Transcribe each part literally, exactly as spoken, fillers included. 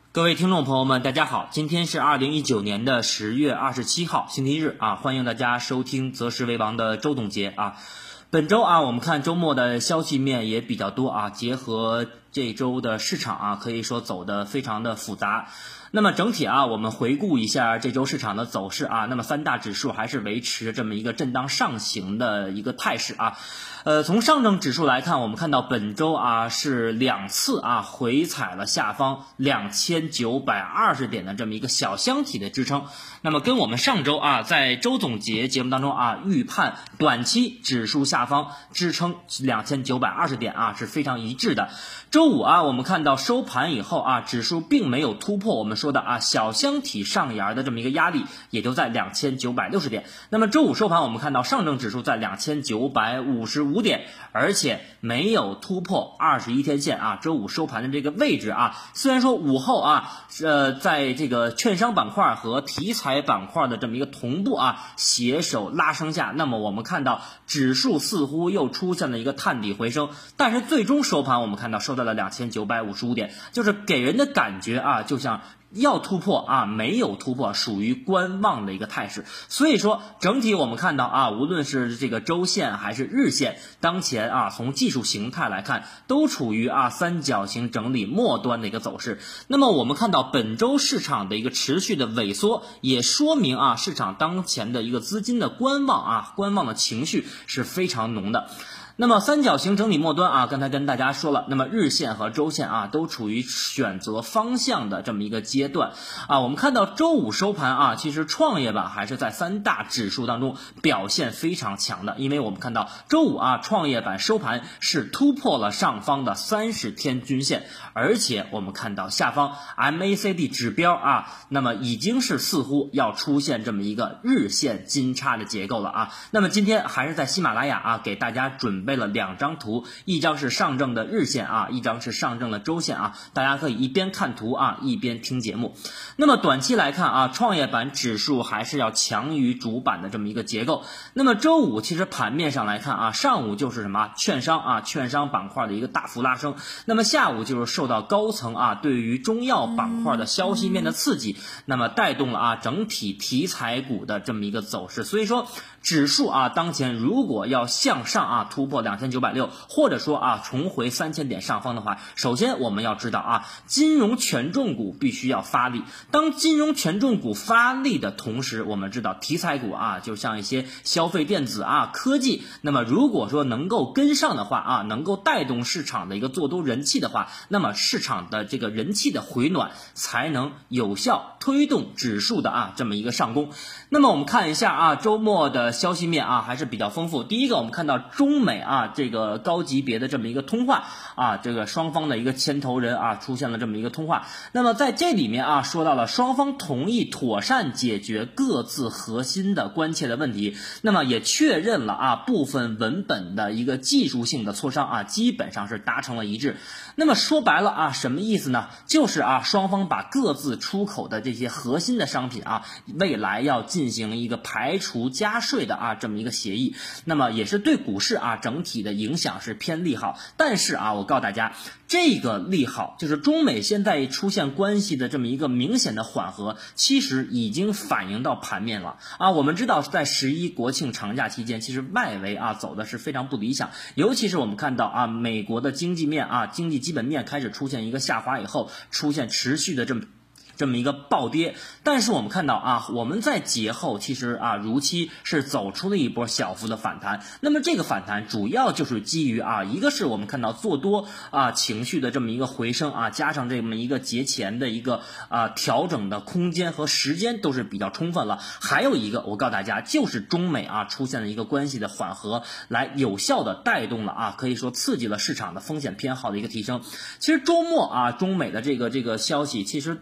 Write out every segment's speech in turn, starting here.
各位听众朋友们，大家好，今天是二零一九年的十月二十七号，星期日啊，欢迎大家收听择时为王的周总结啊。本周啊，我们看周末的消息面也比较多啊，结合这周的市场啊，可以说走得非常的复杂。那么整体啊，我们回顾一下这周市场的走势啊，那么三大指数还是维持这么一个震荡上行的一个态势啊。呃，从上证指数来看，我们看到本周啊是两次啊回踩了下方两千九百二十点的这么一个小箱体的支撑。那么跟我们上周啊在周总结节目当中啊预判短期指数下方支撑两千九百二十点啊是非常一致的。周五啊我们看到收盘以后啊指数并没有突破我们说的啊小箱体上沿的这么一个压力，也就在两千九百六十点。那么周五收盘我们看到上证指数在两千九百五十五点，而且没有突破二十一天线啊。周五收盘的这个位置啊，虽然说午后啊呃在这个券商板块和题材板块的这么一个同步啊携手拉升下，那么我们看到指数似乎又出现了一个探底回升，但是最终收盘我们看到收到了两千九百五十五点，就是给人的感觉啊就像要突破啊没有突破，属于观望的一个态势。所以说整体我们看到啊无论是这个周线还是日线，当前啊从技术形态来看都处于啊三角形整理末端的一个走势。那么我们看到本周市场的一个持续的萎缩，也说明啊市场当前的一个资金的观望啊观望的情绪是非常浓的。那么三角形整理末端啊，刚才跟大家说了，那么日线和周线啊都处于选择方向的这么一个阶段啊。我们看到周五收盘啊，其实创业板还是在三大指数当中表现非常强的，因为我们看到周五啊创业板收盘是突破了上方的三十天均线，而且我们看到下方 M A C D 指标啊，那么已经是似乎要出现这么一个日线金叉的结构了啊。那么今天还是在喜马拉雅啊给大家准备备了两张图，一张是上证的日线啊，一张是上证的周线啊，大家可以一边看图啊一边听节目。那么短期来看啊，创业板指数还是要强于主板的这么一个结构。那么周五其实盘面上来看啊，上午就是什么券商啊券商板块的一个大幅拉升，那么下午就是受到高层啊对于中药板块的消息面的刺激，那么带动了啊整体题材股的这么一个走势。所以说指数啊当前如果要向上啊突破两千九百六十，或者说啊重回三千点上方的话，首先我们要知道啊金融权重股必须要发力。当金融权重股发力的同时，我们知道题材股啊就像一些消费电子啊科技，那么如果说能够跟上的话啊，能够带动市场的一个做多人气的话，那么市场的这个人气的回暖才能有效推动指数的啊这么一个上攻。那么我们看一下啊周末的消息面啊还是比较丰富。第一个我们看到中美啊这个高级别的这么一个通话啊，这个双方的一个牵头人啊出现了这么一个通话。那么在这里面啊说到了双方同意妥善解决各自核心的关切的问题，那么也确认了啊部分文本的一个技术性的磋商啊基本上是达成了一致。那么说白了啊什么意思呢？就是啊双方把各自出口的这些核心的商品啊未来要进行一个排除加税的啊这么一个协议，那么也是对股市啊整体的影响是偏利好。但是啊我告诉大家，这个利好就是中美现在出现关系的这么一个明显的缓和，其实已经反映到盘面了啊。我们知道在十一国庆长假期间，其实外围啊走的是非常不理想，尤其是我们看到啊美国的经济面啊经济基本面开始出现一个下滑以后，出现持续的这么这么一个暴跌。但是我们看到啊我们在节后其实啊如期是走出了一波小幅的反弹。那么这个反弹主要就是基于啊一个是我们看到做多啊情绪的这么一个回升啊，加上这么一个节前的一个啊调整的空间和时间都是比较充分了。还有一个我告诉大家，就是中美啊出现了一个关系的缓和，来有效的带动了啊可以说刺激了市场的风险偏好的一个提升。其实周末啊中美的这个这个消息其实对于市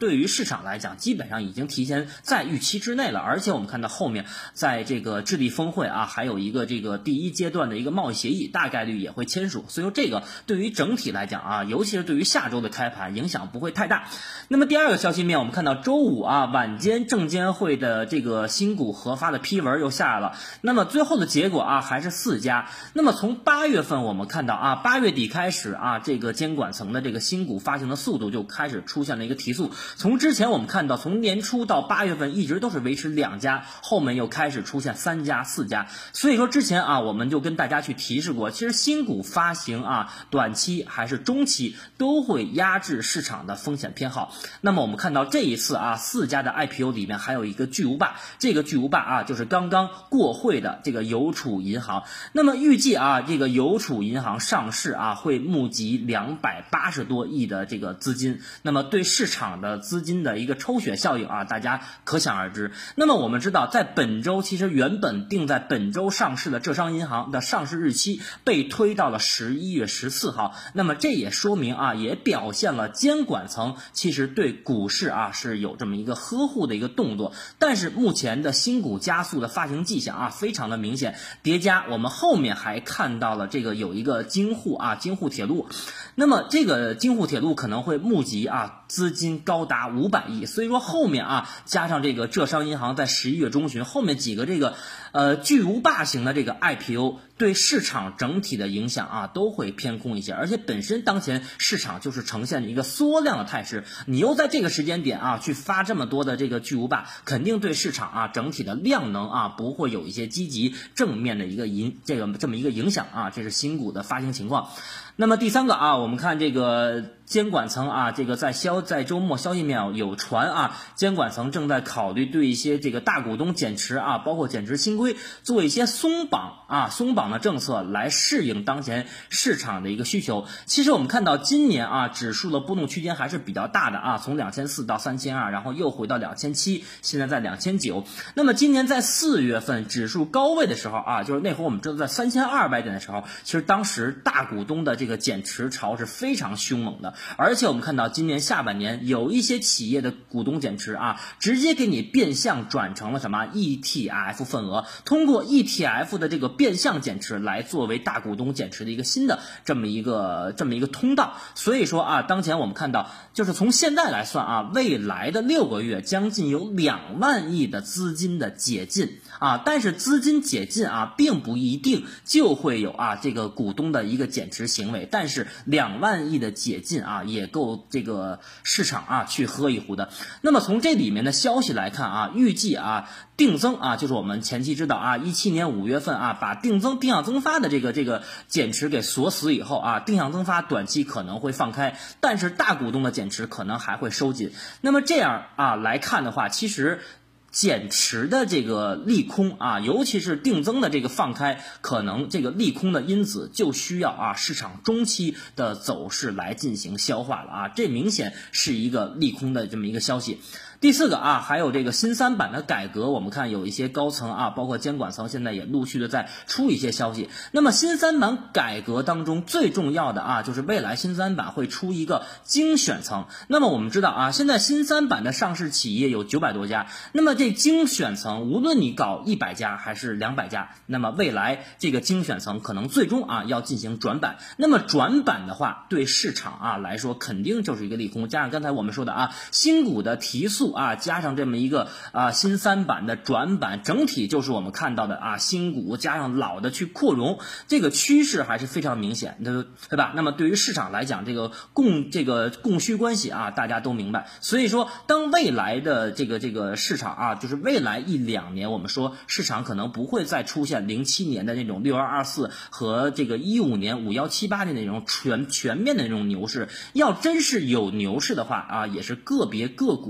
场来讲，基本上已经提前在预期之内了。而且我们看到后面在这个智利峰会啊，还有一个这个第一阶段的一个贸易协议，大概率也会签署。所以说这个对于整体来讲啊，尤其是对于下周的开盘影响不会太大。那么第二个消息面，我们看到周五啊晚间证监会的这个新股核发的批文又下来了。那么最后的结果啊还是四家。那么从八月份我们看到啊，八月底开始啊，这个监管层的这个新股发行的速度就开始出现了一个提速。从之前我们看到，从年初到八月份一直都是维持两家，后面又开始出现三家、四家。所以说之前啊，我们就跟大家去提示过，其实新股发行啊，短期还是中期都会压制市场的风险偏好。那么我们看到这一次啊，四家的 I P O 里面还有一个巨无霸，这个巨无霸啊，就是刚刚过会的这个邮储银行。那么预计啊，这个邮储银行上市啊，会募集两百八十多亿的这个资金。那么对市场的资金的一个抽血效应啊，大家可想而知。那么我们知道，在本周其实原本定在本周上市的浙商银行的上市日期被推到了十一月十四号。那么这也说明啊，也表现了监管层其实对股市啊是有这么一个呵护的一个动作。但是目前的新股加速的发行迹象啊，非常的明显。叠加我们后面还看到了这个有一个京沪啊京沪铁路。那么这个京沪铁路可能会募集啊资金高达五百亿，所以说后面啊加上这个浙商银行在十一月中旬，后面几个这个呃巨无霸型的这个 I P O 对市场整体的影响啊都会偏空一些。而且本身当前市场就是呈现一个缩量的态势，你又在这个时间点啊去发这么多的这个巨无霸，肯定对市场啊整体的量能啊不会有一些积极正面的一个影这个这么一个影响啊，这是新股的发行情况。那么第三个啊，我们看这个监管层啊，这个在消在周末消息面有传啊，监管层正在考虑对一些这个大股东减持啊，包括减持新规做一些松绑啊，松绑的政策来适应当前市场的一个需求。其实我们看到今年啊，指数的波动区间还是比较大的啊，从两千四到三千二，然后又回到两千七，现在在两千九。那么今年在四月份指数高位的时候啊，就是那会儿我们知道在三千二百点的时候，其实当时大股东的这个这个减持潮是非常凶猛的。而且我们看到今年下半年有一些企业的股东减持啊，直接给你变相转成了什么 E T F 份额，通过 E T F 的这个变相减持来作为大股东减持的一个新的这么一个这么一个通道。所以说啊，当前我们看到就是从现在来算啊，未来的六个月将近有两万亿的资金的解禁啊，但是资金解禁啊，并不一定就会有啊这个股东的一个减持行为。但是两万亿的解禁啊，也够这个市场啊去喝一壶的。那么从这里面的消息来看啊，预计啊定增啊，就是我们前期知道啊，一七年五月份啊，把定增定向增发的这个这个减持给锁死以后啊，定向增发短期可能会放开，但是大股东的减持可能还会收紧。那么这样啊来看的话，其实减持的这个利空啊，尤其是定增的这个放开，可能这个利空的因子就需要啊市场中期的走势来进行消化了啊，这明显是一个利空的这么一个消息。第四个啊，还有这个新三板的改革，我们看有一些高层啊，包括监管层现在也陆续的在出一些消息。那么新三板改革当中最重要的啊，就是未来新三板会出一个精选层。那么我们知道啊，现在新三板的上市企业有九百多家，那么这精选层无论你搞一百家还是两百家，那么未来这个精选层可能最终啊要进行转板。那么转板的话，对市场啊来说肯定就是一个利空，加上刚才我们说的啊，新股的提速啊，加上这么一个啊新三板的转板，整体就是我们看到的啊新股加上老的去扩容，这个趋势还是非常明显的，对吧？那么对于市场来讲，这个供这个供需关系啊，大家都明白。所以说，当未来的这个这个市场啊，就是未来一两年，我们说市场可能不会再出现零七年的那种六二二四和这个一五年五幺七八的那种全全面的那种牛市。要真是有牛市的话啊，也是个别个股的这么一个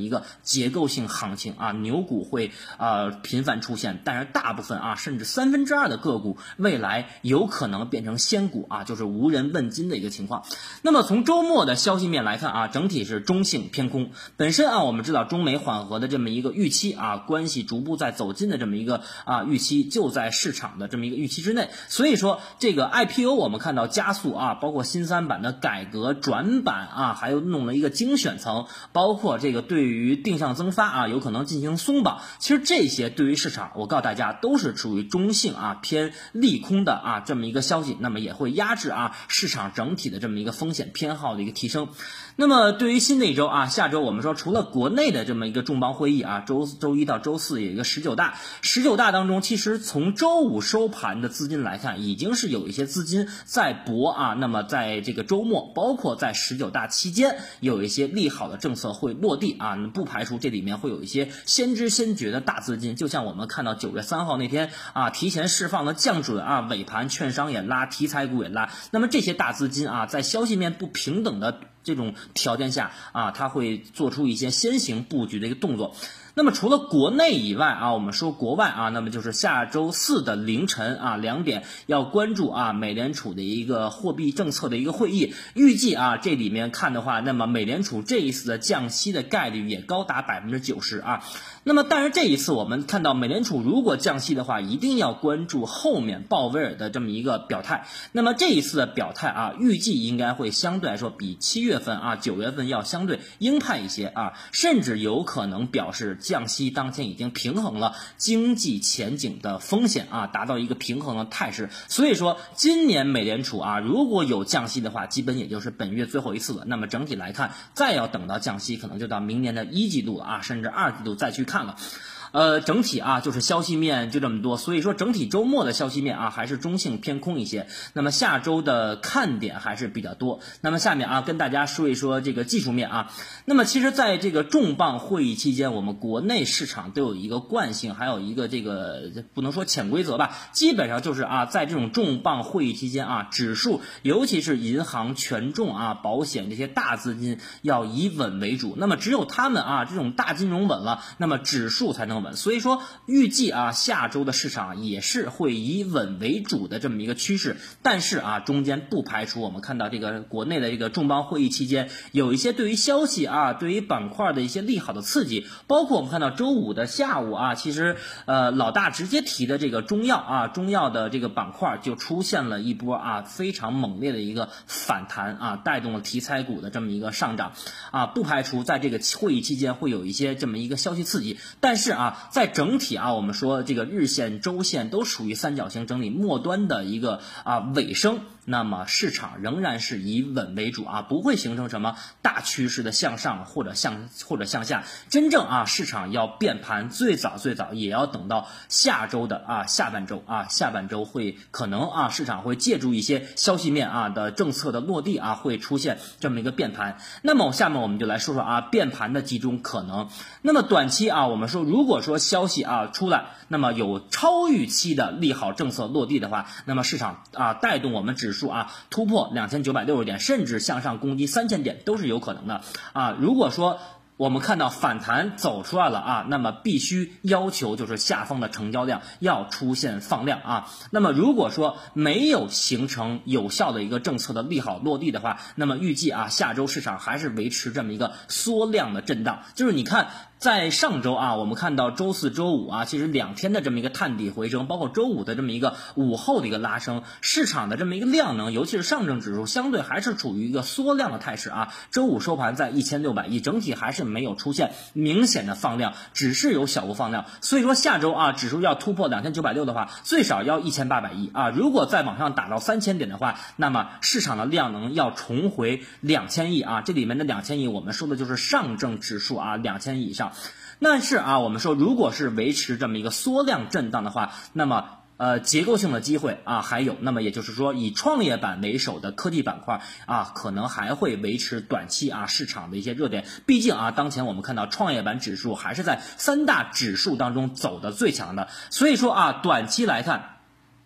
个结构性行情啊，牛股会呃频繁出现，但是大部分啊甚至三分之二的个股未来有可能变成仙股啊，就是无人问津的一个情况。那么从周末的消息面来看啊，整体是中性偏空。本身啊我们知道中美缓和的这么一个预期啊，关系逐步在走近的这么一个啊预期就在市场的这么一个预期之内，所以说这个 I P O 我们看到加速啊，包括新三板的改革转板啊，还有弄了一个精选层，包括这个对于定向增发啊有可能进行松绑，其实这些对于市场我告诉大家都是属于中性啊偏利空的啊这么一个消息，那么也会压制啊市场整体的这么一个风险偏好的一个提升。那么对于新的一周啊，下周我们说除了国内的这么一个重磅会议啊，周周一到周四有一个十九大，十九大当中其实从周五收盘的资金来看，已经是有一些资金在博啊，那么在这个周末包括在十九大期间有一些利好的政策会落地啊，不排除这里面会有一些先知先觉的大资金，就像我们看到九月三号那天啊提前释放的降准啊，尾盘券商也拉，题材股也拉，那么这些大资金啊在消息面不平等的这种条件下啊，它会做出一些先行布局的一个动作。那么除了国内以外啊，我们说国外啊，那么就是下周四的凌晨啊两点要关注啊美联储的一个货币政策的一个会议，预计啊这里面看的话，那么美联储这一次的降息的概率也高达百分之九十啊。那么但是这一次我们看到美联储如果降息的话，一定要关注后面鲍威尔的这么一个表态。那么这一次的表态啊，预计应该会相对来说比七月份啊九月份要相对鹰派一些啊，甚至有可能表示降息当前已经平衡了经济前景的风险啊，达到一个平衡的态势。所以说今年美联储啊如果有降息的话，基本也就是本月最后一次了。那么整体来看，再要等到降息可能就到明年的一季度啊，甚至二季度再去看了。呃，整体啊就是消息面就这么多，所以说整体周末的消息面啊还是中性偏空一些。那么下周的看点还是比较多。那么下面啊跟大家说一说这个技术面啊。那么其实在这个重磅会议期间，我们国内市场都有一个惯性，还有一个这个不能说潜规则吧，基本上就是啊在这种重磅会议期间啊，指数尤其是银行、权重啊、保险这些大资金要以稳为主。那么只有他们啊这种大金融稳了，那么指数才能稳。所以说预计啊下周的市场也是会以稳为主的这么一个趋势，但是啊中间不排除我们看到这个国内的这个重磅会议期间有一些对于消息啊对于板块的一些利好的刺激，包括我们看到周五的下午啊，其实呃老大直接提的这个中药啊中药的这个板块就出现了一波啊非常猛烈的一个反弹啊，带动了题材股的这么一个上涨啊，不排除在这个会议期间会有一些这么一个消息刺激。但是啊在整体啊我们说这个日线周线都属于三角形整理末端的一个啊尾声，那么市场仍然是以稳为主啊，不会形成什么大趋势的向上或者向或者向下。真正啊市场要变盘，最早最早也要等到下周的啊下半周啊下半周会可能啊市场会借助一些消息面啊的政策的落地啊，会出现这么一个变盘。那么下面我们就来说说啊变盘的几种可能。那么短期啊我们说如果说消息啊出来，那么有超预期的利好政策落地的话，那么市场啊带动我们指数啊突破两千九百六十点，甚至向上攻击三千点都是有可能的啊。如果说我们看到反弹走出来了啊，那么必须要求就是下方的成交量要出现放量啊。那么如果说没有形成有效的一个政策的利好落地的话，那么预计啊下周市场还是维持这么一个缩量的震荡。就是你看在上周啊，我们看到周四周五啊，其实两天的这么一个探底回升，包括周五的这么一个午后的一个拉升，市场的这么一个量能，尤其是上证指数相对还是处于一个缩量的态势啊。周五收盘在一千六百亿，整体还是没有出现明显的放量，只是有小幅放量。所以说下周啊，指数要突破两千九百六十的话，最少要一千八百亿啊。如果再往上打到三千点的话，那么市场的量能要重回两千亿啊。这里面的两千亿，我们说的就是上证指数啊，两千亿以上。但是啊，我们说如果是维持这么一个缩量震荡的话，那么呃结构性的机会啊还有，那么也就是说以创业板为首的科技板块啊，可能还会维持短期啊市场的一些热点。毕竟啊，当前我们看到创业板指数还是在三大指数当中走的最强的，所以说啊，短期来看。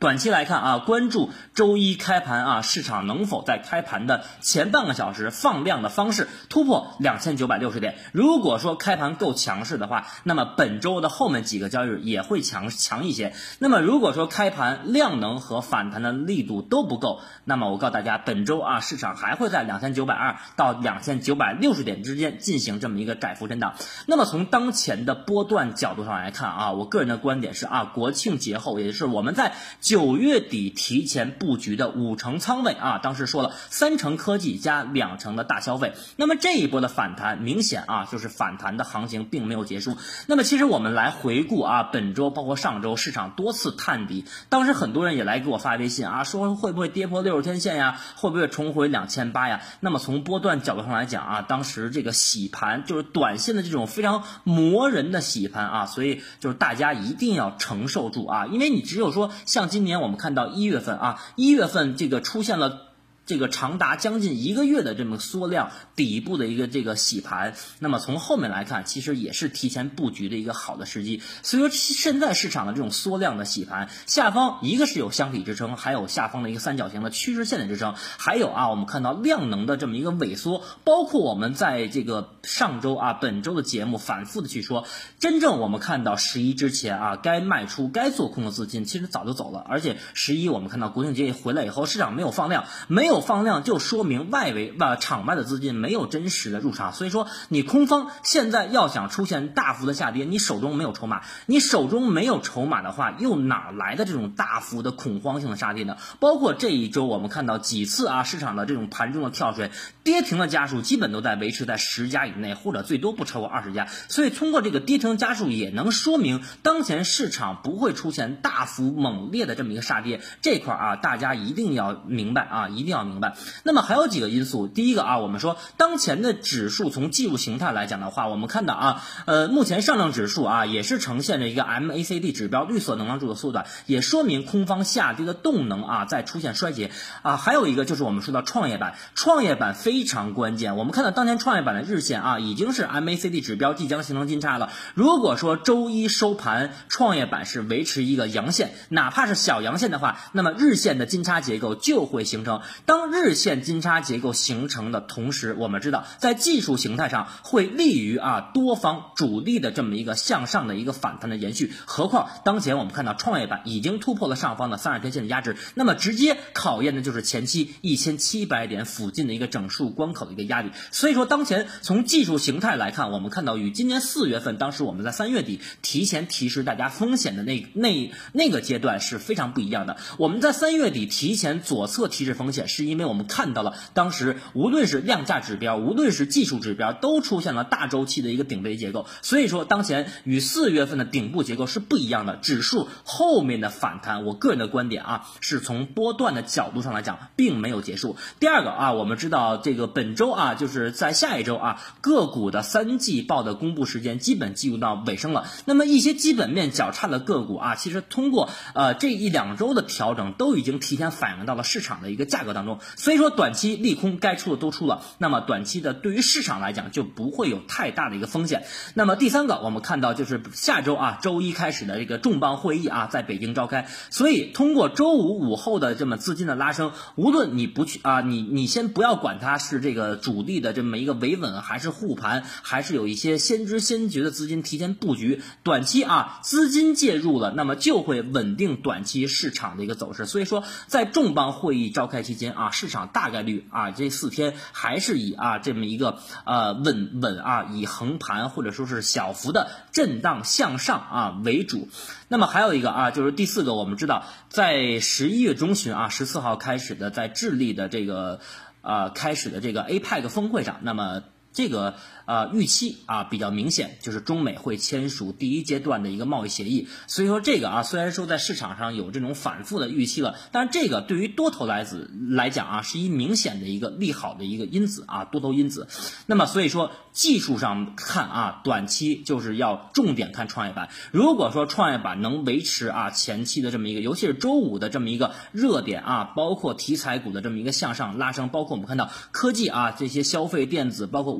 短期来看啊，关注周一开盘啊，市场能否在开盘的前半个小时放量的方式突破两千九百六十点。如果说开盘够强势的话，那么本周的后面几个交易日也会强强一些。那么如果说开盘量能和反弹的力度都不够，那么我告诉大家，本周啊市场还会在两千九百二到两千九百六十点之间进行这么一个窄幅震荡。那么从当前的波段角度上来看啊，我个人的观点是啊，国庆节后，也就是我们在九月底提前布局的五成仓位啊，当时说了三成科技加两成的大消费。那么这一波的反弹明显啊，就是反弹的行情并没有结束。那么其实我们来回顾啊，本周包括上周市场多次探底，当时很多人也来给我发微信啊，说会不会跌破六十天线呀，会不会重回两千八呀？那么从波段角度上来讲啊，当时这个洗盘就是短线的这种非常磨人的洗盘啊，所以就是大家一定要承受住啊，因为你只有说像今年我们看到一月份啊，一月份这个出现了这个长达将近一个月的这么缩量底部的一个这个洗盘，那么从后面来看，其实也是提前布局的一个好的时机。所以说现在市场的这种缩量的洗盘，下方一个是有箱体支撑，还有下方的一个三角形的趋势线的支撑，还有啊我们看到量能的这么一个萎缩，包括我们在这个上周啊本周的节目反复的去说，真正我们看到十一之前啊该卖出该做空的资金其实早就走了，而且十一我们看到国庆节回来以后，市场没有放量，没有放量就说明外围啊场外的资金没有真实的入场，所以说你空方现在要想出现大幅的下跌，你手中没有筹码，你手中没有筹码的话，又哪来的这种大幅的恐慌性的杀跌呢？包括这一周我们看到几次啊市场的这种盘中的跳水，跌停的家数基本都在维持在十家以内，或者最多不超过二十家，所以通过这个跌停的家数也能说明当前市场不会出现大幅猛烈的这么一个杀跌，这块啊大家一定要明白啊，一定要明白。那么还有几个因素，第一个啊，我们说当前的指数从技术形态来讲的话，我们看到啊，呃，目前上证指数啊也是呈现着一个 M A C D 指标绿色能量柱的缩短，也说明空方下跌的动能啊在出现衰竭啊。还有一个就是我们说到创业板，创业板非常关键，我们看到当前创业板的日线啊已经是 M A C D 指标即将形成金叉了。如果说周一收盘创业板是维持一个阳线，哪怕是小阳线的话，那么日线的金叉结构就会形成。当日线金叉结构形成的同时，我们知道在技术形态上会利于啊多方主力的这么一个向上的一个反弹的延续。何况当前我们看到创业板已经突破了上方的三十天线的压制，那么直接考验的就是前期一千七百点附近的一个整数关口的一个压力。所以说当前从技术形态来看，我们看到与今年四月份当时我们在三月底提前提示大家风险的那那那个阶段是非常不一样的。我们在三月底提前左侧提示风险，是因为我们看到了当时无论是量价指标，无论是技术指标都出现了大周期的一个顶背结构，所以说当前与四月份的顶部结构是不一样的。指数后面的反弹，我个人的观点啊，是从波段的角度上来讲并没有结束。第二个啊，我们知道这个本周啊，就是在下一周啊，个股的三季报的公布时间基本进入到尾声了。那么一些基本面较差的个股啊，其实通过呃这一两周的调整，都已经提前反映到了市场的一个价格当中。所以说短期利空该出的都出了，那么短期的对于市场来讲就不会有太大的一个风险。那么第三个，我们看到就是下周啊，周一开始的这个重磅会议啊，在北京召开，所以通过周五午后的这么资金的拉升，无论你不去啊，你你先不要管它是这个主力的这么一个维稳，还是护盘，还是有一些先知先觉的资金提前布局，短期啊资金介入了，那么就会稳定短期市场的一个走势。所以说在重磅会议召开期间啊，市场大概率啊这四天还是以啊这么一个呃稳稳啊以横盘或者说是小幅的震荡向上啊为主。那么还有一个啊，就是第四个，我们知道在十一月中旬啊，十四号开始的在智利的这个呃开始的这个 A P E C 峰会上，那么这个呃预期啊比较明显，就是中美会签署第一阶段的一个贸易协议。所以说这个啊虽然说在市场上有这种反复的预期了，但是这个对于多头来子来讲啊是一明显的一个利好的一个因子啊，多头因子。那么所以说技术上看啊，短期就是要重点看创业板。如果说创业板能维持啊前期的这么一个，尤其是周五的这么一个热点啊，包括题材股的这么一个向上拉升，包括我们看到科技啊这些消费电子，包括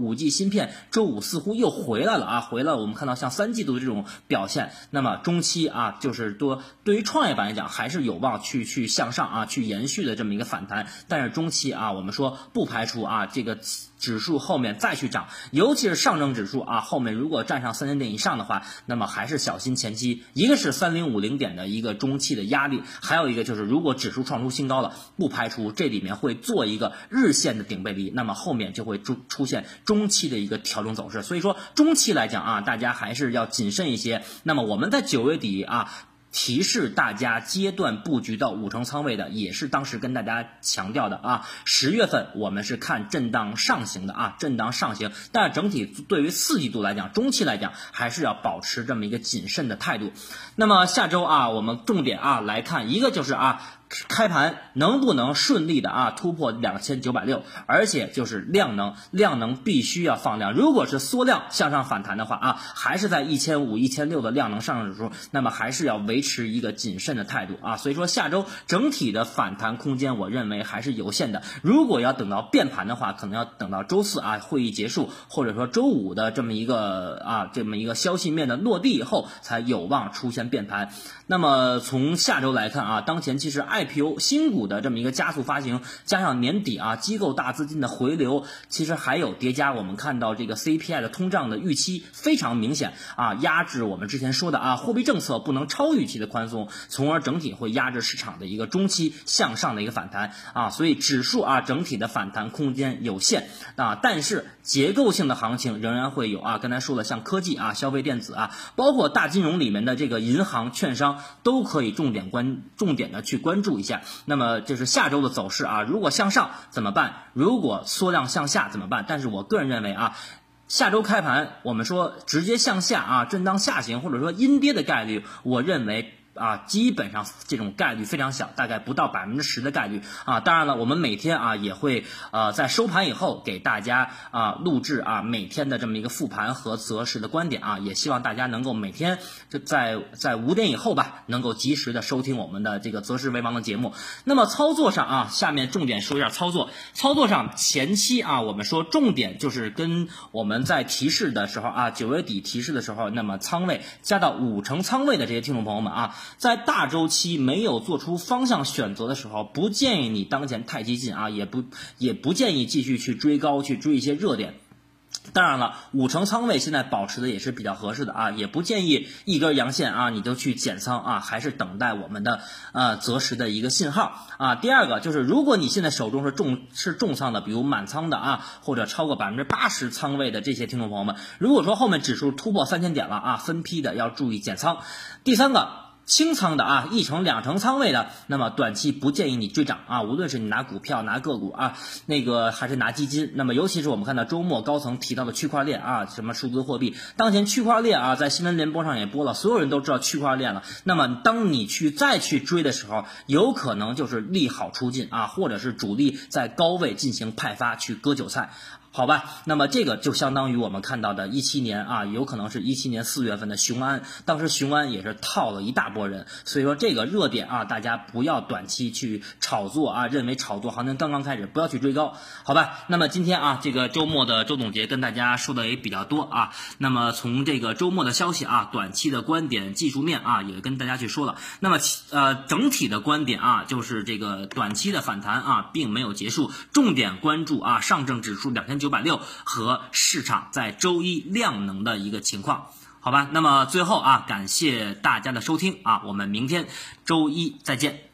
五 G 芯片周五似乎又回来了啊，回来我们看到像三季度的这种表现，那么中期啊就是多对于创业板来讲还是有望去去向上啊去延续的这么一个反弹，但是中期啊我们说不排除啊这个指数后面再去涨，尤其是上证指数啊后面如果站上三千点以上的话，那么还是小心前期一个是三零五零点的一个中期的压力，还有一个就是如果指数创出新高了，不排除这里面会做一个日线的顶背离，那么后面就会出出现中期的一个调整走势，所以说中期来讲啊大家还是要谨慎一些。那么我们在九月底啊提示大家阶段布局到五成仓位的，也是当时跟大家强调的啊。十月份我们是看震荡上行的啊，震荡上行，但是整体对于四季度来讲，中期来讲还是要保持这么一个谨慎的态度。那么下周啊，我们重点啊来看一个就是啊。开盘能不能顺利的啊突破两千九百六十，而且就是量能，量能必须要放量。如果是缩量向上反弹的话啊，还是在一千五、一千六的量能上升指数，那么还是要维持一个谨慎的态度啊。所以说下周整体的反弹空间，我认为还是有限的。如果要等到变盘的话，可能要等到周四啊会议结束，或者说周五的这么一个啊这么一个消息面的落地以后，才有望出现变盘。那么从下周来看啊，当前其实 I P O 新股的这么一个加速发行，加上年底啊机构大资金的回流，其实还有叠加我们看到这个 C P I 的通胀的预期非常明显啊，压制我们之前说的啊货币政策不能超预期的宽松，从而整体会压制市场的一个中期向上的一个反弹啊，所以指数啊整体的反弹空间有限啊，但是结构性的行情仍然会有啊，刚才说了像科技啊、消费电子啊，包括大金融里面的这个银行、券商都可以重点关重点的去关注一下。那么就是下周的走势啊，如果向上怎么办？如果缩量向下怎么办？但是我个人认为啊，下周开盘我们说直接向下啊，震荡下行或者说阴跌的概率，我认为啊，基本上这种概率非常小，大概不到百分之十的概率啊。当然了，我们每天啊也会呃在收盘以后给大家啊录制啊每天的这么一个复盘和择时的观点啊，也希望大家能够每天就在在五点以后吧，能够及时的收听我们的这个择时为王的节目。那么操作上啊，下面重点说一下操作。操作上前期啊，我们说重点就是跟我们在提示的时候啊，九月底提示的时候，那么仓位加到五成仓位的这些听众朋友们啊。在大周期没有做出方向选择的时候，不建议你当前太激进啊，也不也不建议继续去追高，去追一些热点。当然了，五成仓位现在保持的也是比较合适的啊，也不建议一根阳线啊你就去减仓啊，还是等待我们的呃择时的一个信号啊。第二个就是，如果你现在手中是重是重仓的，比如满仓的啊，或者超过百分之八十仓位的这些听众朋友们，如果说后面指数突破三千点了啊，分批的要注意减仓。第三个。轻仓的啊，一成两成仓位的，那么短期不建议你追涨啊，无论是你拿股票、拿个股啊，那个还是拿基金，那么尤其是我们看到周末高层提到的区块链啊，什么数字货币，当前区块链啊，在新闻联播上也播了，所有人都知道区块链了。那么当你去再去追的时候，有可能就是利好出尽啊，或者是主力在高位进行派发去割韭菜。好吧，那么这个就相当于我们看到的一七年啊，有可能是一七年四月份的雄安，当时雄安也是套了一大波人，所以说这个热点啊，大家不要短期去炒作啊，认为炒作行情刚刚开始，不要去追高，好吧？那么今天啊，这个周末的周总结跟大家说的也比较多啊，那么从这个周末的消息啊，短期的观点、技术面啊，也跟大家去说了，那么呃整体的观点啊，就是这个短期的反弹啊，并没有结束，重点关注啊上证指数两千九百六和市场在周一量能的一个情况，好吧？那么最后啊，感谢大家的收听啊，我们明天周一再见。